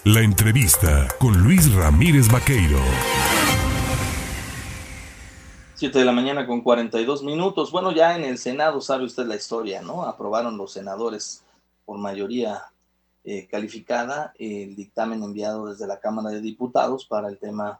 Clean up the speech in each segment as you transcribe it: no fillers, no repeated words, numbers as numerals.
La entrevista con Luis Ramírez Vaqueiro. 7 de la mañana con 42 minutos. Bueno, ya en el Senado sabe usted la historia, ¿no? Aprobaron los senadores por mayoría calificada el dictamen enviado desde la Cámara de Diputados para el tema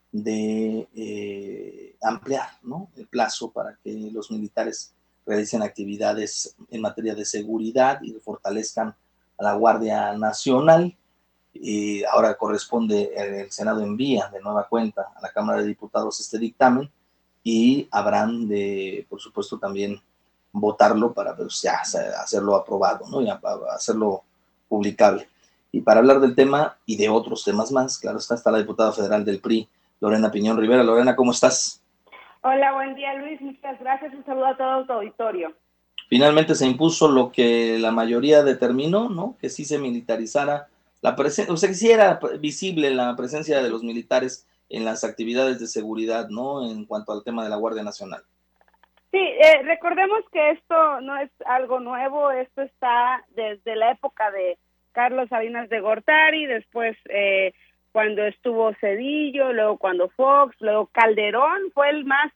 de ampliar, ¿no?, el plazo para que los militares realicen actividades en materia de seguridad y fortalezcan a la Guardia Nacional. Y ahora corresponde, el Senado envía de nueva cuenta a la Cámara de Diputados este dictamen y habrán de, por supuesto, también votarlo para pues, ya hacerlo aprobado, ¿no?, y hacerlo publicable. Y para hablar del tema y de otros temas más, claro está la diputada federal del PRI, Lorena Piñón Rivera. Lorena, ¿cómo estás? Hola, buen día, Luis, muchas gracias, un saludo a todo tu auditorio. Finalmente se impuso lo que la mayoría determinó, ¿no?, que sí se militarizara la presencia, o sea, que sí era visible la presencia de los militares en las actividades de seguridad, ¿no?, en cuanto al tema de la Guardia Nacional. Sí, recordemos que esto no es algo nuevo, esto está desde la época de Carlos Salinas de Gortari, después cuando estuvo Zedillo, luego cuando Fox, luego Calderón fue el más,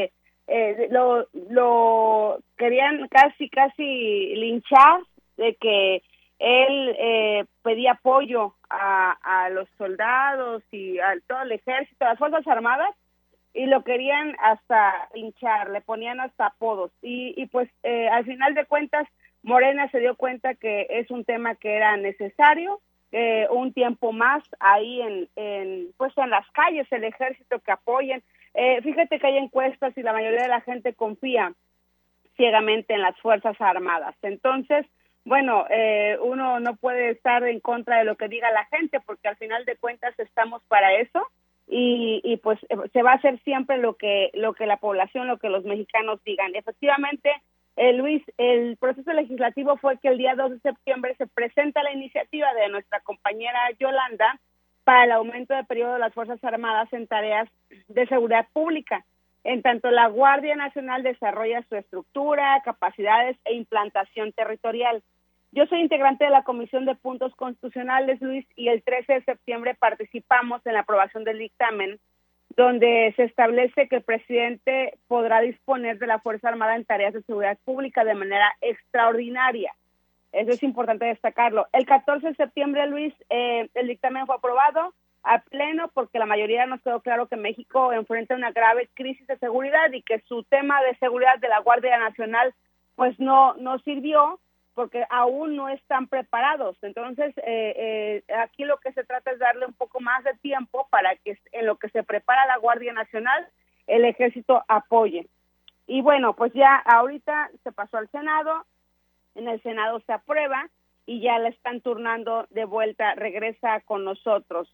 lo querían casi linchar de que él pedía apoyo a los soldados y a todo el ejército, a las Fuerzas Armadas, y lo querían hasta hinchar, le ponían hasta apodos, y pues al final de cuentas Morena se dio cuenta que es un tema que era necesario, un tiempo más ahí en las calles, el ejército que apoyen. Fíjate que hay encuestas y la mayoría de la gente confía ciegamente en las Fuerzas Armadas. Entonces, bueno, uno no puede estar en contra de lo que diga la gente, porque al final de cuentas estamos para eso, y pues se va a hacer siempre lo que la población, lo que los mexicanos digan. Efectivamente, Luis, el proceso legislativo fue que el día 2 de septiembre se presenta la iniciativa de nuestra compañera Yolanda para el aumento de periodo de las Fuerzas Armadas en tareas de seguridad pública. En tanto, la Guardia Nacional desarrolla su estructura, capacidades e implantación territorial. Yo soy integrante de la Comisión de Puntos Constitucionales, Luis, y el 13 de septiembre participamos en la aprobación del dictamen, donde se establece que el presidente podrá disponer de la Fuerza Armada en tareas de seguridad pública de manera extraordinaria. Eso es importante destacarlo. El 14 de septiembre, Luis, el dictamen fue aprobado a pleno porque la mayoría nos quedó claro que México enfrenta una grave crisis de seguridad y que su tema de seguridad de la Guardia Nacional pues no sirvió porque aún no están preparados. Entonces, aquí lo que se trata es darle un poco más de tiempo para que en lo que se prepara la Guardia Nacional, el Ejército apoye. Y bueno, pues ya ahorita se pasó al Senado, en el Senado se aprueba y ya la están turnando de vuelta, regresa con nosotros.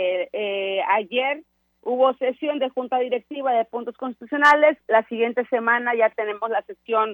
Ayer hubo sesión de Junta Directiva de Puntos Constitucionales, la siguiente semana ya tenemos la sesión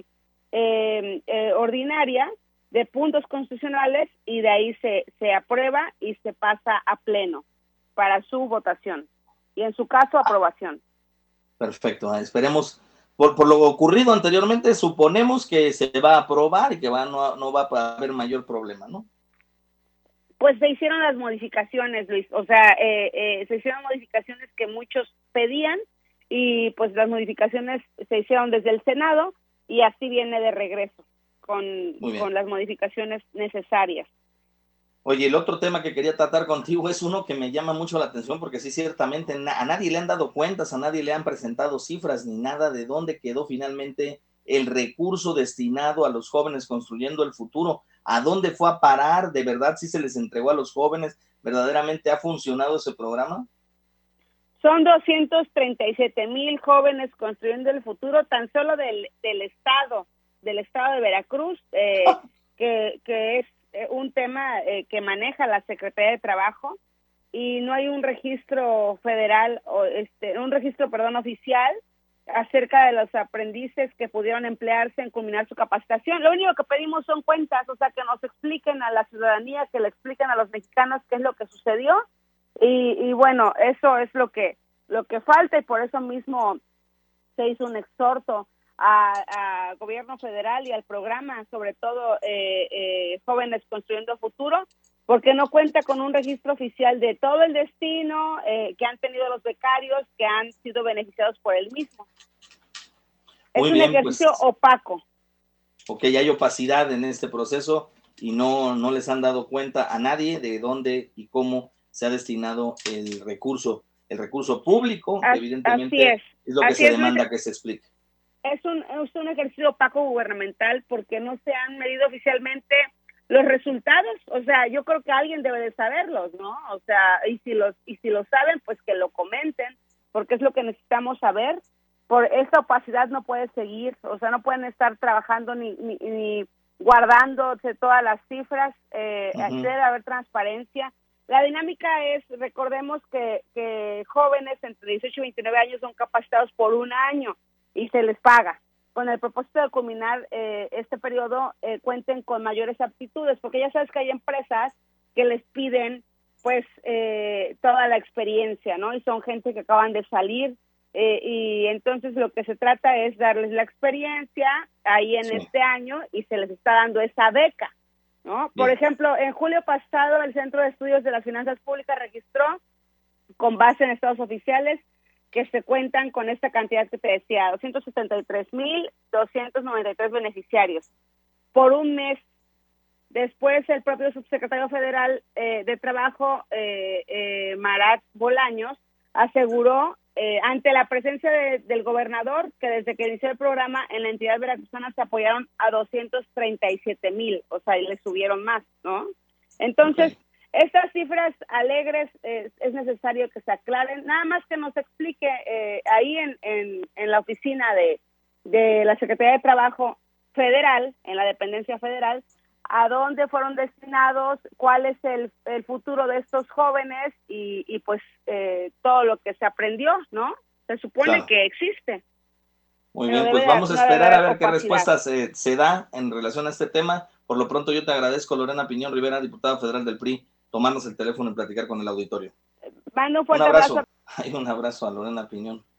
ordinaria de Puntos Constitucionales y de ahí se aprueba y se pasa a pleno para su votación y en su caso aprobación. Perfecto, esperemos. Por lo ocurrido anteriormente, suponemos que se va a aprobar y que no va a haber mayor problema, ¿no? Pues se hicieron las modificaciones, Luis, o sea, se hicieron modificaciones que muchos pedían y pues las modificaciones se hicieron desde el Senado y así viene de regreso con las modificaciones necesarias. Oye, el otro tema que quería tratar contigo es uno que me llama mucho la atención porque sí, ciertamente a nadie le han dado cuentas, a nadie le han presentado cifras ni nada de dónde quedó finalmente el recurso destinado a los jóvenes construyendo el futuro. ¿A dónde fue a parar? ¿De verdad sí se les entregó a los jóvenes? ¿Verdaderamente ha funcionado ese programa? Son 237,000 jóvenes construyendo el futuro tan solo del estado de Veracruz, que es un tema que maneja la Secretaría de Trabajo, y no hay un registro federal oficial acerca de los aprendices que pudieron emplearse en culminar su capacitación. Lo único que pedimos son cuentas, o sea, que nos expliquen a la ciudadanía, que le expliquen a los mexicanos qué es lo que sucedió, y bueno, eso es lo que falta, y por eso mismo se hizo un exhorto a gobierno federal y al programa, sobre todo Jóvenes Construyendo Futuro, porque no cuenta con un registro oficial de todo el destino que han tenido los becarios que han sido beneficiados por el mismo. Muy es un bien, ejercicio pues, opaco. Ok, hay opacidad en este proceso y no les han dado cuenta a nadie de dónde y cómo se ha destinado el recurso público, que evidentemente es lo que se demanda que se explique. Es un ejercicio opaco gubernamental porque no se han medido oficialmente los resultados. O sea, yo creo que alguien debe de saberlos, ¿no? O sea, y si lo saben, pues que lo comenten, porque es lo que necesitamos saber. Por esta opacidad no puede seguir, o sea, no pueden estar trabajando ni guardándose todas las cifras. Debe haber transparencia. La dinámica es, recordemos que jóvenes entre 18 y 29 años son capacitados por un año y se les paga, con el propósito de culminar este periodo, cuenten con mayores aptitudes, porque ya sabes que hay empresas que les piden pues toda la experiencia, ¿no? Y son gente que acaban de salir, y entonces lo que se trata es darles la experiencia ahí en este año y se les está dando esa beca, ¿no? Por ejemplo, en julio pasado el Centro de Estudios de las Finanzas Públicas registró, con base en estados oficiales, que se cuentan con esta cantidad que te decía, 273,293 beneficiarios por un mes. Después el propio subsecretario federal de Trabajo, Marat Bolaños, aseguró ante la presencia del gobernador que desde que inició el programa en la entidad veracruzana se apoyaron a 237,000, o sea, y le subieron más, ¿no? Entonces, estas cifras alegres es necesario que se aclaren, nada más que nos explique ahí en la oficina de la Secretaría de Trabajo Federal, en la dependencia federal, a dónde fueron destinados, cuál es el futuro de estos jóvenes y pues todo lo que se aprendió, ¿no? Se supone que existe. Muy bien, pues vamos a esperar a ver qué respuesta se da en relación a este tema. Por lo pronto yo te agradezco, Lorena Piñón Rivera, diputada federal del PRI, tomarnos el teléfono y platicar con el auditorio. Mando un fuerte abrazo. Un abrazo a Lorena Piñón.